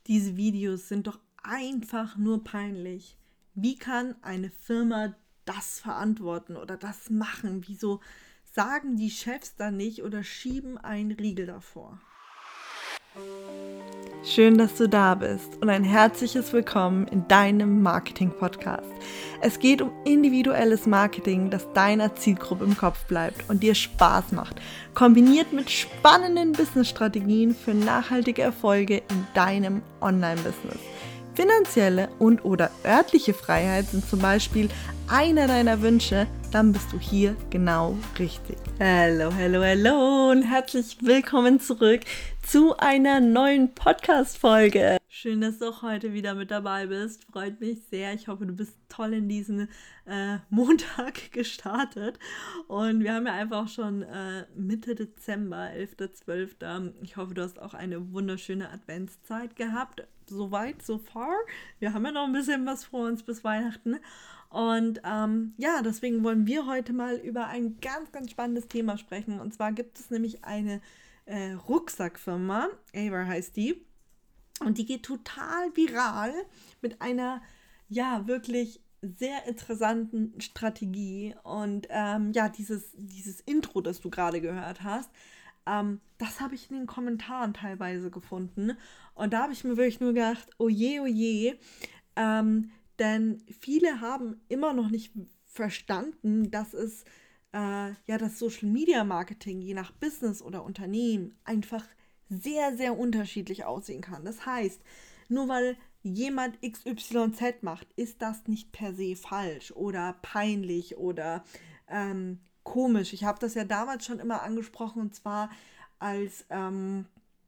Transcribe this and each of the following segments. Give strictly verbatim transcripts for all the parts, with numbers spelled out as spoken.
Diese Videos sind doch einfach nur peinlich. Wie kann eine Firma das verantworten oder das machen? Wieso sagen die Chefs da nicht oder schieben einen Riegel davor? Schön, dass du da bist und ein herzliches Willkommen in deinem Marketing-Podcast. Es geht um individuelles Marketing, das deiner Zielgruppe im Kopf bleibt und dir Spaß macht, kombiniert mit spannenden Business-Strategien für nachhaltige Erfolge in deinem Online-Business. Finanzielle und oder örtliche Freiheit sind zum Beispiel einer deiner Wünsche, dann bist du hier genau richtig. Hallo, hallo, hallo und herzlich willkommen zurück zu einer neuen Podcast-Folge. Schön, dass du auch heute wieder mit dabei bist. Freut mich sehr. Ich hoffe, du bist toll in diesen äh, Montag gestartet. Und wir haben ja einfach schon äh, Mitte Dezember, elfter zwölfter Ich hoffe, du hast auch eine wunderschöne Adventszeit gehabt. Soweit, so far. Wir haben ja noch ein bisschen was vor uns bis Weihnachten. Und ähm, ja, deswegen wollen wir heute mal über ein ganz, ganz spannendes Thema sprechen. Und zwar gibt es nämlich eine äh, Rucksackfirma, Aver heißt die. Und die geht total viral mit einer, ja, wirklich sehr interessanten Strategie. Und ähm, ja, dieses, dieses Intro, das du gerade gehört hast, ähm, das habe ich in den Kommentaren teilweise gefunden. Und da habe ich mir wirklich nur gedacht, oh je, oh je, ähm, denn viele haben immer noch nicht verstanden, dass es äh, ja das Social Media Marketing je nach Business oder Unternehmen einfach sehr, sehr unterschiedlich aussehen kann. Das heißt, nur weil jemand X Y Z macht, ist das nicht per se falsch oder peinlich oder ähm, komisch. Ich habe das ja damals schon immer angesprochen, und zwar als ähm,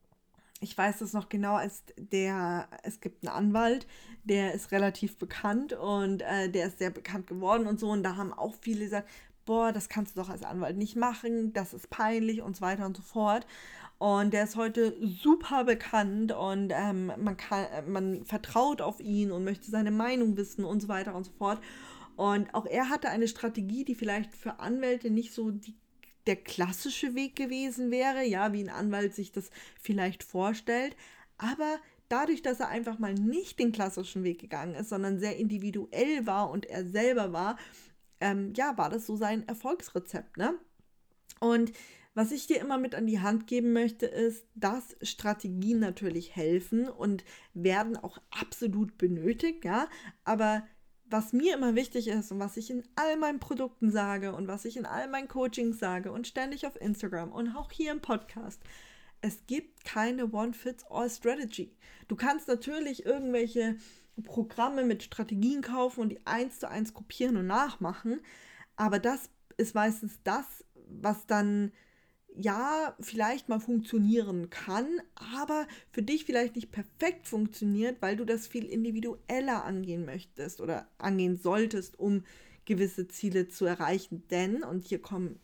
ich weiß das noch genau, als der, es gibt einen Anwalt, der ist relativ bekannt und äh, der ist sehr bekannt geworden und so. Und da haben auch viele gesagt, boah, das kannst du doch als Anwalt nicht machen, das ist peinlich und so weiter und so fort. Und der ist heute super bekannt und ähm, man kann, man vertraut auf ihn und möchte seine Meinung wissen und so weiter und so fort. Und auch er hatte eine Strategie, die vielleicht für Anwälte nicht so die der klassische Weg gewesen wäre, ja, wie ein Anwalt sich das vielleicht vorstellt, aber dadurch, dass er einfach mal nicht den klassischen Weg gegangen ist, sondern sehr individuell war und er selber war, ähm, ja, war das so sein Erfolgsrezept, ne? Und was ich dir immer mit an die Hand geben möchte, ist, dass Strategien natürlich helfen und werden auch absolut benötigt, ja, aber was mir immer wichtig ist und was ich in all meinen Produkten sage und was ich in all meinen Coachings sage und ständig auf Instagram und auch hier im Podcast, es gibt keine One-Fits-All-Strategy. Du kannst natürlich irgendwelche Programme mit Strategien kaufen und die eins zu eins kopieren und nachmachen, aber das ist meistens das, was dann ja, vielleicht mal funktionieren kann, aber für dich vielleicht nicht perfekt funktioniert, weil du das viel individueller angehen möchtest oder angehen solltest, um gewisse Ziele zu erreichen. Denn, und hier kommt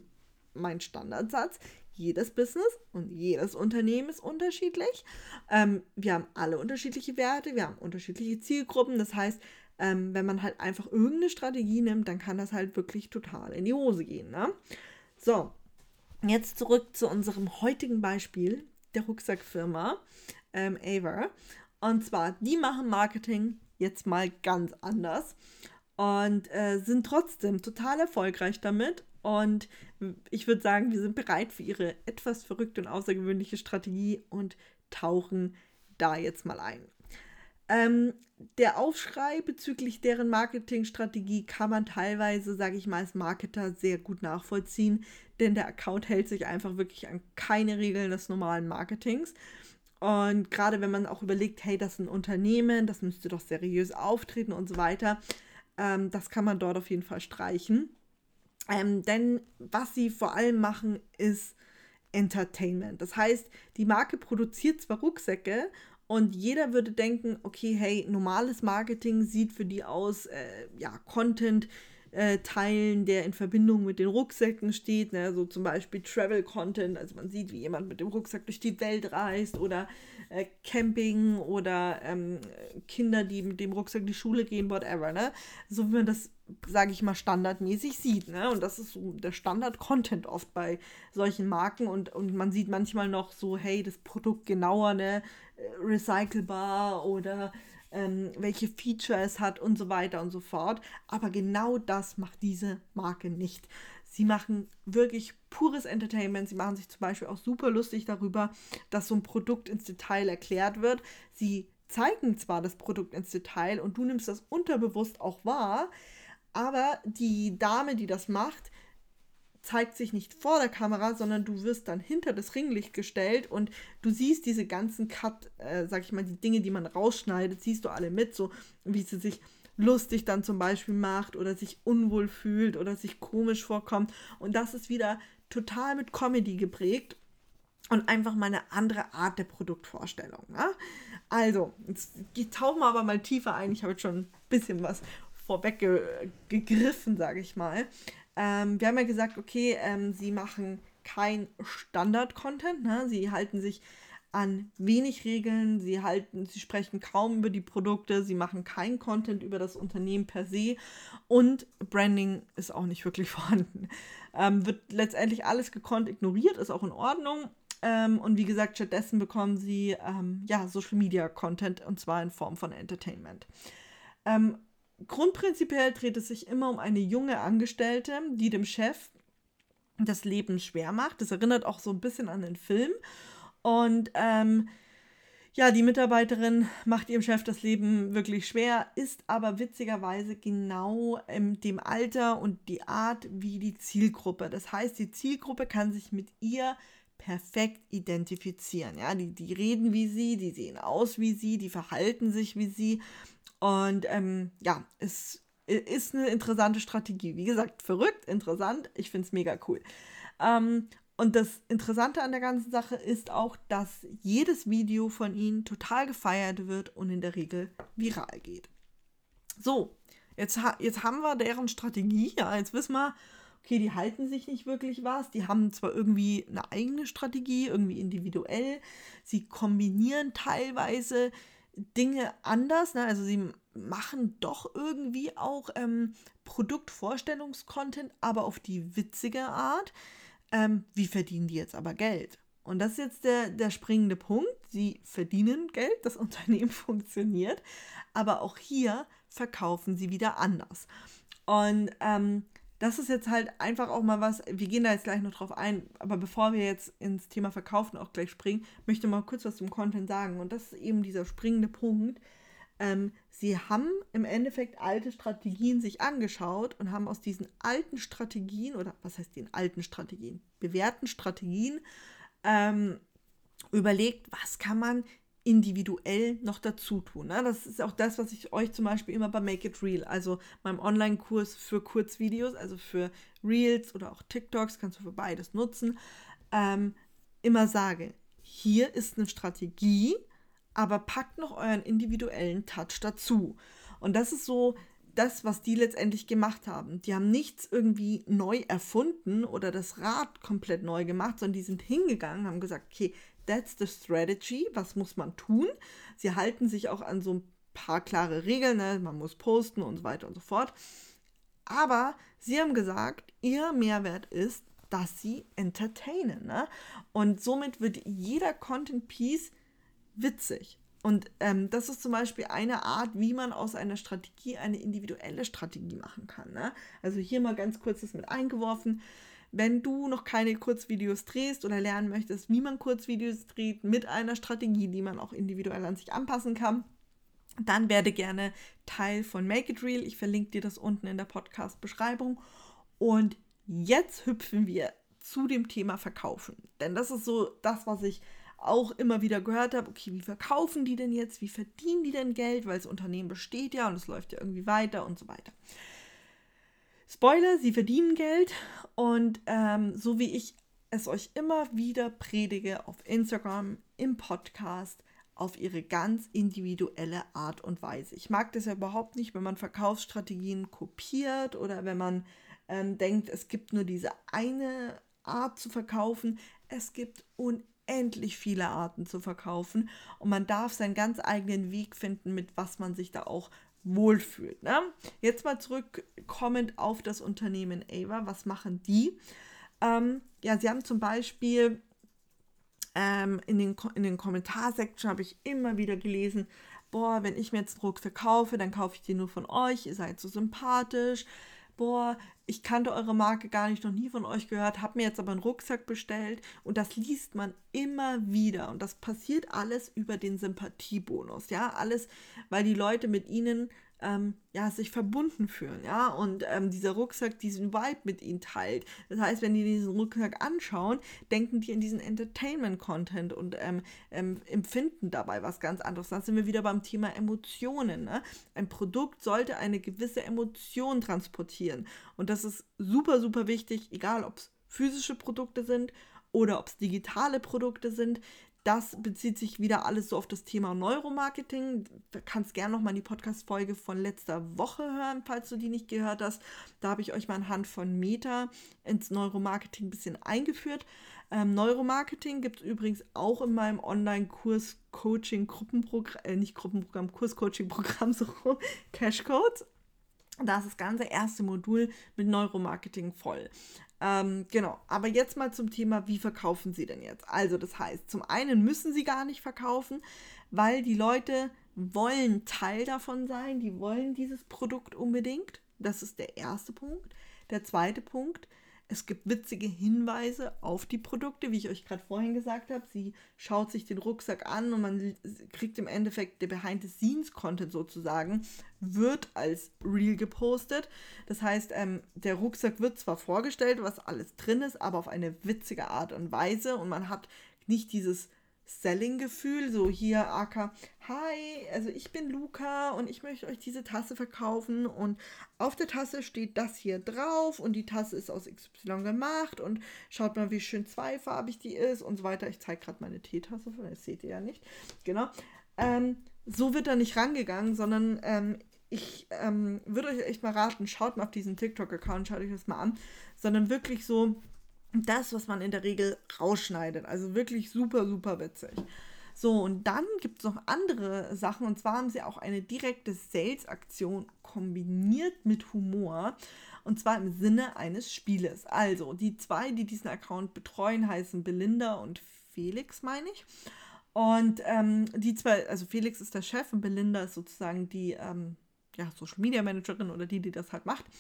mein Standardsatz, jedes Business und jedes Unternehmen ist unterschiedlich. Ähm, wir haben alle unterschiedliche Werte, wir haben unterschiedliche Zielgruppen. Das heißt, ähm, wenn man halt einfach irgendeine Strategie nimmt, dann kann das halt wirklich total in die Hose gehen, ne? So. Jetzt zurück zu unserem heutigen Beispiel der Rucksackfirma ähm, Aver. Und zwar, die machen Marketing jetzt mal ganz anders und äh, sind trotzdem total erfolgreich damit. Und ich würde sagen, wir sind bereit für ihre etwas verrückte und außergewöhnliche Strategie und tauchen da jetzt mal ein. Ähm, der Aufschrei bezüglich deren Marketingstrategie kann man teilweise, sage ich mal, als Marketer sehr gut nachvollziehen, denn der Account hält sich einfach wirklich an keine Regeln des normalen Marketings. Und gerade wenn man auch überlegt, hey, das ist ein Unternehmen, das müsste doch seriös auftreten und so weiter, ähm, das kann man dort auf jeden Fall streichen. Ähm, denn was sie vor allem machen, ist Entertainment. Das heißt, die Marke produziert zwar Rucksäcke, und jeder würde denken, okay, hey, normales Marketing sieht für die aus, äh, ja, Content äh, teilen, der in Verbindung mit den Rucksäcken steht, ne? So zum Beispiel Travel-Content, also man sieht, wie jemand mit dem Rucksack durch die Welt reist oder äh, Camping oder ähm, Kinder, die mit dem Rucksack in die Schule gehen, whatever, ne? So wie man das, sage ich mal, standardmäßig sieht, ne? Und das ist so der Standard-Content oft bei solchen Marken und, und man sieht manchmal noch so, hey, das Produkt genauer, ne? Recycelbar oder ähm, welche Feature es hat und so weiter und so fort. Aber genau das macht diese Marke nicht. Sie machen wirklich pures Entertainment. Sie machen sich zum Beispiel auch super lustig darüber, dass so ein Produkt ins Detail erklärt wird. Sie zeigen zwar das Produkt ins Detail und du nimmst das unterbewusst auch wahr, aber die Dame, die das macht, zeigt sich nicht vor der Kamera, sondern du wirst dann hinter das Ringlicht gestellt und du siehst diese ganzen Cut, äh, sag ich mal, die Dinge, die man rausschneidet, siehst du alle mit, so wie sie sich lustig dann zum Beispiel macht oder sich unwohl fühlt oder sich komisch vorkommt. Und das ist wieder total mit Comedy geprägt und einfach mal eine andere Art der Produktvorstellung. Ne? Also, jetzt tauchen wir aber mal tiefer ein. Ich habe jetzt schon ein bisschen was vorweggegriffen, sage ich mal. Ähm, wir haben ja gesagt, okay, ähm, sie machen kein Standard-Content, ne? Sie halten sich an wenig Regeln, sie halten, sie sprechen kaum über die Produkte, sie machen keinen Content über das Unternehmen per se und Branding ist auch nicht wirklich vorhanden. Ähm, wird letztendlich alles gekonnt ignoriert, ist auch in Ordnung. Ähm, und wie gesagt, stattdessen bekommen sie ähm, ja, Social-Media-Content und zwar in Form von Entertainment. Ähm, Grundprinzipiell dreht es sich immer um eine junge Angestellte, die dem Chef das Leben schwer macht. Das erinnert auch so ein bisschen an den Film. Und ähm, ja, die Mitarbeiterin macht ihrem Chef das Leben wirklich schwer, ist aber witzigerweise genau in dem Alter und die Art wie die Zielgruppe. Das heißt, die Zielgruppe kann sich mit ihr perfekt identifizieren. Ja, die, die reden wie sie, die sehen aus wie sie, die verhalten sich wie sie. Und ähm, ja, es ist eine interessante Strategie. Wie gesagt, verrückt, interessant. Ich finde es mega cool. Ähm, und das Interessante an der ganzen Sache ist auch, dass jedes Video von ihnen total gefeiert wird und in der Regel viral geht. So, jetzt, ha- jetzt haben wir deren Strategie. Ja, jetzt wissen wir, okay, die halten sich nicht wirklich was. Die haben zwar irgendwie eine eigene Strategie, irgendwie individuell. Sie kombinieren teilweise Dinge anders, ne? Also sie machen doch irgendwie auch ähm, Produktvorstellungskontent, aber auf die witzige Art. Ähm, wie verdienen die jetzt aber Geld? Und das ist jetzt der, der springende Punkt. Sie verdienen Geld, das Unternehmen funktioniert, aber auch hier verkaufen sie wieder anders. Und ähm, das ist jetzt halt einfach auch mal was, wir gehen da jetzt gleich noch drauf ein, aber bevor wir jetzt ins Thema Verkaufen auch gleich springen, möchte ich mal kurz was zum Content sagen. Und das ist eben dieser springende Punkt. Ähm, sie haben im Endeffekt alte Strategien sich angeschaut und haben aus diesen alten Strategien, oder was heißt den alten Strategien, bewährten Strategien, ähm, überlegt, was kann man individuell noch dazu tun. Ne? Das ist auch das, was ich euch zum Beispiel immer bei Make It Real, also meinem Online-Kurs für Kurzvideos, also für Reels oder auch TikToks, kannst du für beides nutzen, ähm, immer sage. Hier ist eine Strategie, aber packt noch euren individuellen Touch dazu. Und das ist so das, was die letztendlich gemacht haben. Die haben nichts irgendwie neu erfunden oder das Rad komplett neu gemacht, sondern die sind hingegangen, haben gesagt, okay, that's the strategy, was muss man tun? Sie halten sich auch an so ein paar klare Regeln, ne? Man muss posten und so weiter und so fort. Aber sie haben gesagt, ihr Mehrwert ist, dass sie entertainen. Ne? Und somit wird jeder Content-Piece witzig. Und ähm, das ist zum Beispiel eine Art, wie man aus einer Strategie eine individuelle Strategie machen kann. Ne? Also hier mal ganz kurz das mit eingeworfen. Wenn du noch keine Kurzvideos drehst oder lernen möchtest, wie man Kurzvideos dreht mit einer Strategie, die man auch individuell an sich anpassen kann, dann werde gerne Teil von Make It Real. Ich verlinke dir das unten in der Podcast-Beschreibung. Und jetzt hüpfen wir zu dem Thema Verkaufen. Denn das ist so das, was ich auch immer wieder gehört habe. Okay, wie verkaufen die denn jetzt? Wie verdienen die denn Geld? Weil das Unternehmen besteht ja und es läuft ja irgendwie weiter und so weiter. Spoiler, sie verdienen Geld und ähm, so wie ich es euch immer wieder predige auf Instagram, im Podcast, auf ihre ganz individuelle Art und Weise. Ich mag das ja überhaupt nicht, wenn man Verkaufsstrategien kopiert oder wenn man ähm, denkt, es gibt nur diese eine Art zu verkaufen. Es gibt unendlich viele Arten zu verkaufen und man darf seinen ganz eigenen Weg finden, mit was man sich da auch wohlfühlt. Ne? Jetzt mal zurückkommend auf das Unternehmen Ava. Was machen die? Ähm, ja, sie haben zum Beispiel ähm, in den, in den Kommentarsektionen habe ich immer wieder gelesen, boah, wenn ich mir jetzt einen Rucksack kaufe, dann kaufe ich den nur von euch, ihr seid so sympathisch. Boah, ich kannte eure Marke gar nicht, noch nie von euch gehört, habe mir jetzt aber einen Rucksack bestellt und das liest man immer wieder und das passiert alles über den Sympathiebonus, ja, alles, weil die Leute mit ihnen ähm, ja, sich verbunden fühlen, ja, und ähm, dieser Rucksack diesen Vibe mit ihnen teilt. Das heißt, wenn die diesen Rucksack anschauen, denken die in diesen Entertainment-Content und ähm, ähm, empfinden dabei was ganz anderes. Dann sind wir wieder beim Thema Emotionen, ne? Ein Produkt sollte eine gewisse Emotion transportieren und das ist super, super wichtig, egal ob es physische Produkte sind oder ob es digitale Produkte sind. Das bezieht sich wieder alles so auf das Thema Neuromarketing. Du kannst gerne nochmal die Podcast-Folge von letzter Woche hören, falls du die nicht gehört hast. Da habe ich euch mal anhand von Meta ins Neuromarketing ein bisschen eingeführt. Ähm, Neuromarketing gibt es übrigens auch in meinem Online-Kurs Coaching-Gruppenprogramm, äh, nicht Gruppenprogramm, Kurs-Coaching-Programm, so Cashcodes. Da ist das ganze erste Modul mit Neuromarketing voll. Ähm, genau, aber jetzt mal zum Thema, wie verkaufen sie denn jetzt? Also das heißt, zum einen müssen sie gar nicht verkaufen, weil die Leute wollen Teil davon sein, die wollen dieses Produkt unbedingt. Das ist der erste Punkt. Der zweite Punkt, es gibt witzige Hinweise auf die Produkte, wie ich euch gerade vorhin gesagt habe. Sie schaut sich den Rucksack an und man kriegt im Endeffekt der Behind-the-Scenes-Content sozusagen, wird als Reel gepostet. Das heißt, ähm, der Rucksack wird zwar vorgestellt, was alles drin ist, aber auf eine witzige Art und Weise und man hat nicht dieses Selling-Gefühl, so hier, Aka, hi, also ich bin Luca und ich möchte euch diese Tasse verkaufen und auf der Tasse steht das hier drauf und die Tasse ist aus X Y gemacht und schaut mal, wie schön zweifarbig die ist und so weiter. Ich zeige gerade meine Teetasse, das seht ihr ja nicht, genau. Ähm, so wird da nicht rangegangen, sondern ähm, ich ähm, würde euch echt mal raten, schaut mal auf diesen TikTok-Account, schaut euch das mal an, sondern wirklich so, das, was man in der Regel rausschneidet. Also wirklich super, super witzig. So, und dann gibt es noch andere Sachen. Und zwar haben sie auch eine direkte Sales-Aktion kombiniert mit Humor. Und zwar im Sinne eines Spieles. Also, die zwei, die diesen Account betreuen, heißen Belinda und Felix, meine ich. Und ähm, die zwei, also Felix ist der Chef und Belinda ist sozusagen die ähm, ja, Social Media Managerin oder die, die das halt macht.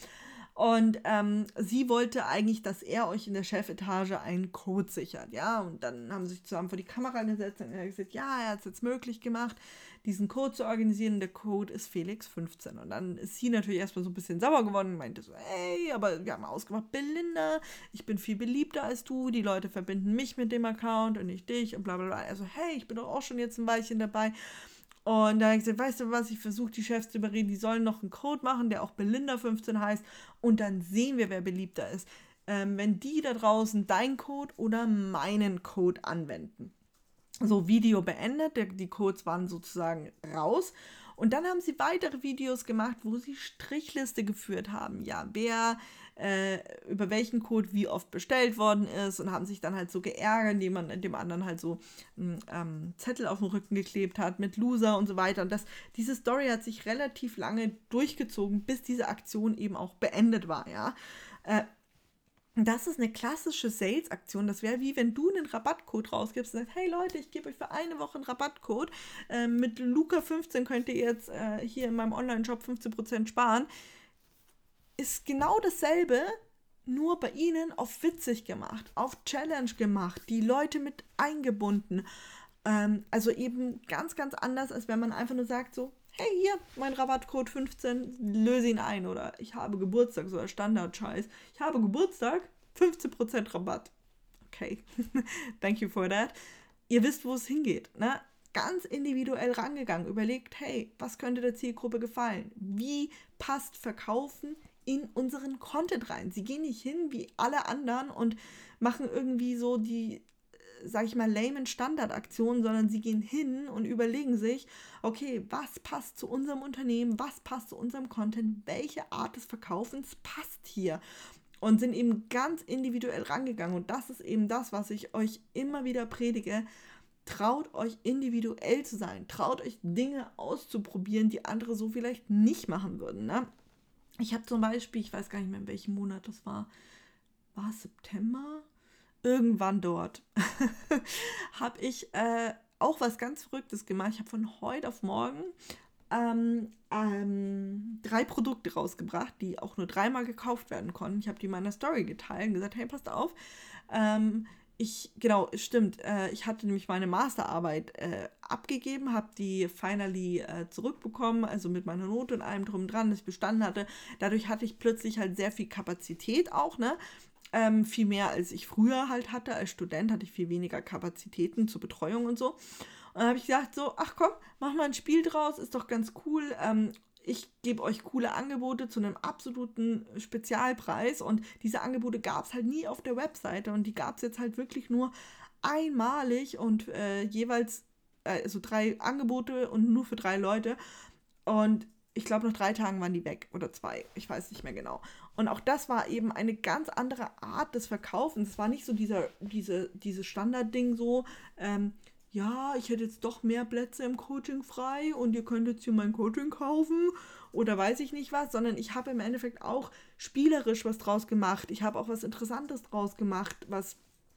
Und ähm, sie wollte eigentlich, dass er euch in der Chefetage einen Code sichert, ja, und dann haben sie sich zusammen vor die Kamera gesetzt und er hat gesagt, ja, er hat es jetzt möglich gemacht, diesen Code zu organisieren, und der Code ist Felix fünfzehn und dann ist sie natürlich erstmal so ein bisschen sauer geworden und meinte so, ey, aber wir haben ausgemacht, Belinda, ich bin viel beliebter als du, die Leute verbinden mich mit dem Account und nicht dich und bla bla bla, also hey, ich bin doch auch schon jetzt ein Weilchen dabei. Und da habe ich gesagt, weißt du was, ich versuche die Chefs zu überreden, die sollen noch einen Code machen, der auch Belinda fünfzehn heißt und dann sehen wir, wer beliebter ist. Ähm, wenn die da draußen deinen Code oder meinen Code anwenden. So, Video beendet, der, die Codes waren sozusagen raus und dann haben sie weitere Videos gemacht, wo sie Strichliste geführt haben, ja, wer äh, über welchen Code wie oft bestellt worden ist und haben sich dann halt so geärgert, indem man dem anderen halt so einen ähm, Zettel auf den Rücken geklebt hat mit Loser und so weiter und das, diese Story hat sich relativ lange durchgezogen, bis diese Aktion eben auch beendet war, ja, äh, das ist eine klassische Sales-Aktion. Das wäre wie wenn du einen Rabattcode rausgibst und sagst, hey Leute, ich gebe euch für eine Woche einen Rabattcode. Äh, mit Luca fünfzehn könnt ihr jetzt äh, hier in meinem Online-Shop fünfzehn Prozent sparen. Ist genau dasselbe, nur bei ihnen auf witzig gemacht, auf Challenge gemacht, die Leute mit eingebunden. Ähm, also eben ganz, ganz anders, als wenn man einfach nur sagt so, hey, hier, mein Rabattcode fünfzehn, löse ihn ein. Oder ich habe Geburtstag, so ein Standard-Scheiß. Ich habe Geburtstag, fünfzehn Prozent Rabatt. Okay, thank you for that. Ihr wisst, wo es hingeht, ne? Ganz individuell rangegangen, überlegt, hey, was könnte der Zielgruppe gefallen? Wie passt Verkaufen in unseren Content rein? Sie gehen nicht hin wie alle anderen und machen irgendwie so die sage ich mal, lamen Standardaktionen, sondern sie gehen hin und überlegen sich, okay, was passt zu unserem Unternehmen, was passt zu unserem Content, welche Art des Verkaufens passt hier und sind eben ganz individuell rangegangen. Und das ist eben das, was ich euch immer wieder predige. Traut euch individuell zu sein, traut euch Dinge auszuprobieren, die andere so vielleicht nicht machen würden, ne? Ich habe zum Beispiel, ich weiß gar nicht mehr, in welchem Monat das war, war es September? Irgendwann dort habe ich äh, auch was ganz Verrücktes gemacht. Ich habe von heute auf morgen ähm, ähm, drei Produkte rausgebracht, die auch nur dreimal gekauft werden konnten. Ich habe die in meiner Story geteilt und gesagt, hey, passt auf, ähm, Ich, genau, stimmt. Äh, ich hatte nämlich meine Masterarbeit äh, abgegeben, habe die finally äh, zurückbekommen, also mit meiner Note und allem drum dran, dass ich bestanden hatte. Dadurch hatte ich plötzlich halt sehr viel Kapazität auch, ne? Ähm, viel mehr als ich früher halt hatte. Als Student hatte ich viel weniger Kapazitäten zur Betreuung und so. Und dann habe ich gesagt so, ach komm, mach mal ein Spiel draus, ist doch ganz cool. Ähm, Ich gebe euch coole Angebote zu einem absoluten Spezialpreis und diese Angebote gab es halt nie auf der Webseite und die gab es jetzt halt wirklich nur einmalig und äh, jeweils äh, so drei Angebote und nur für drei Leute und ich glaube, nach drei Tagen waren die weg oder zwei, ich weiß nicht mehr genau. Und auch das war eben eine ganz andere Art des Verkaufens. Es war nicht so dieser, diese, dieses Standardding so, ähm, ja, ich hätte jetzt doch mehr Plätze im Coaching frei und ihr könnt jetzt hier mein Coaching kaufen oder weiß ich nicht was, sondern ich habe im Endeffekt auch spielerisch was draus gemacht. Ich habe auch was Interessantes draus gemacht, was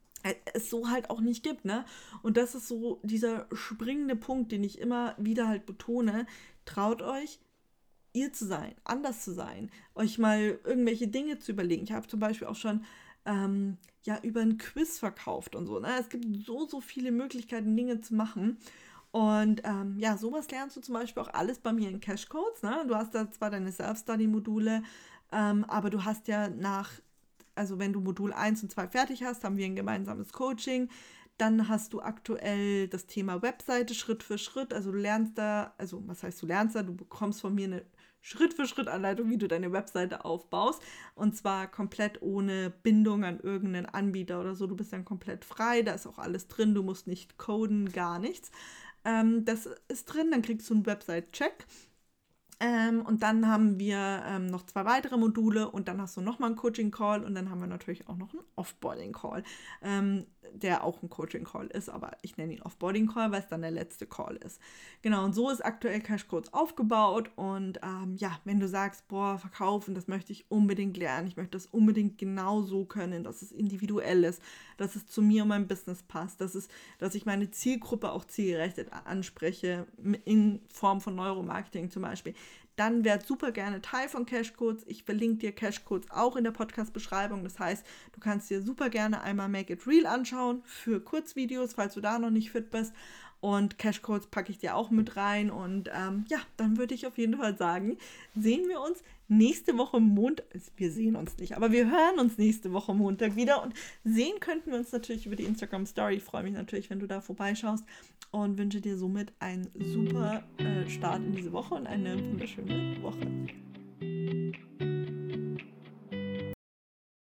es so halt auch nicht gibt, ne? Und das ist so dieser springende Punkt, den ich immer wieder halt betone. Traut euch, ihr zu sein, anders zu sein, euch mal irgendwelche Dinge zu überlegen. Ich habe zum Beispiel auch schon ähm, ja über ein Quiz verkauft und so. Ne? Es gibt so, so viele Möglichkeiten, Dinge zu machen. Und ähm, ja, sowas lernst du zum Beispiel auch alles bei mir in Cashcodes. Ne? Du hast da zwar deine Self-Study-Module, ähm, aber du hast ja nach, also wenn du Modul eins und zwei fertig hast, haben wir ein gemeinsames Coaching. Dann hast du aktuell das Thema Webseite Schritt für Schritt. Also du lernst da, also was heißt du lernst da, du bekommst von mir eine Schritt-für-Schritt-Anleitung, wie du deine Webseite aufbaust. Und zwar komplett ohne Bindung an irgendeinen Anbieter oder so. Du bist dann komplett frei, da ist auch alles drin, du musst nicht coden, gar nichts. Ähm, das ist drin, dann kriegst du einen Website-Check. Ähm, und dann haben wir ähm, noch zwei weitere Module und dann hast du nochmal einen Coaching-Call und dann haben wir natürlich auch noch einen Offboarding-Call, ähm, der auch ein Coaching-Call ist, aber ich nenne ihn Offboarding-Call, weil es dann der letzte Call ist. Genau, und so ist aktuell Cashcodes aufgebaut und ähm, ja, wenn du sagst, boah, verkaufen, das möchte ich unbedingt lernen, ich möchte das unbedingt genau so können, dass es individuell ist, dass es zu mir und meinem Business passt, dass, es, dass ich meine Zielgruppe auch zielgerichtet anspreche, in Form von Neuromarketing zum Beispiel, dann werd super gerne Teil von Cashcodes. Ich verlinke dir Cashcodes auch in der Podcast-Beschreibung. Das heißt, du kannst dir super gerne einmal Make It Real anschauen für Kurzvideos, falls du da noch nicht fit bist. Und Cashcodes packe ich dir auch mit rein. Und ähm, ja, dann würde ich auf jeden Fall sagen, sehen wir uns nächste Woche Montag. Wir sehen uns nicht, aber wir hören uns nächste Woche Montag wieder. Und sehen könnten wir uns natürlich über die Instagram-Story. Ich freue mich natürlich, wenn du da vorbeischaust. Und wünsche dir somit einen super äh, Start in diese Woche und eine wunderschöne Woche.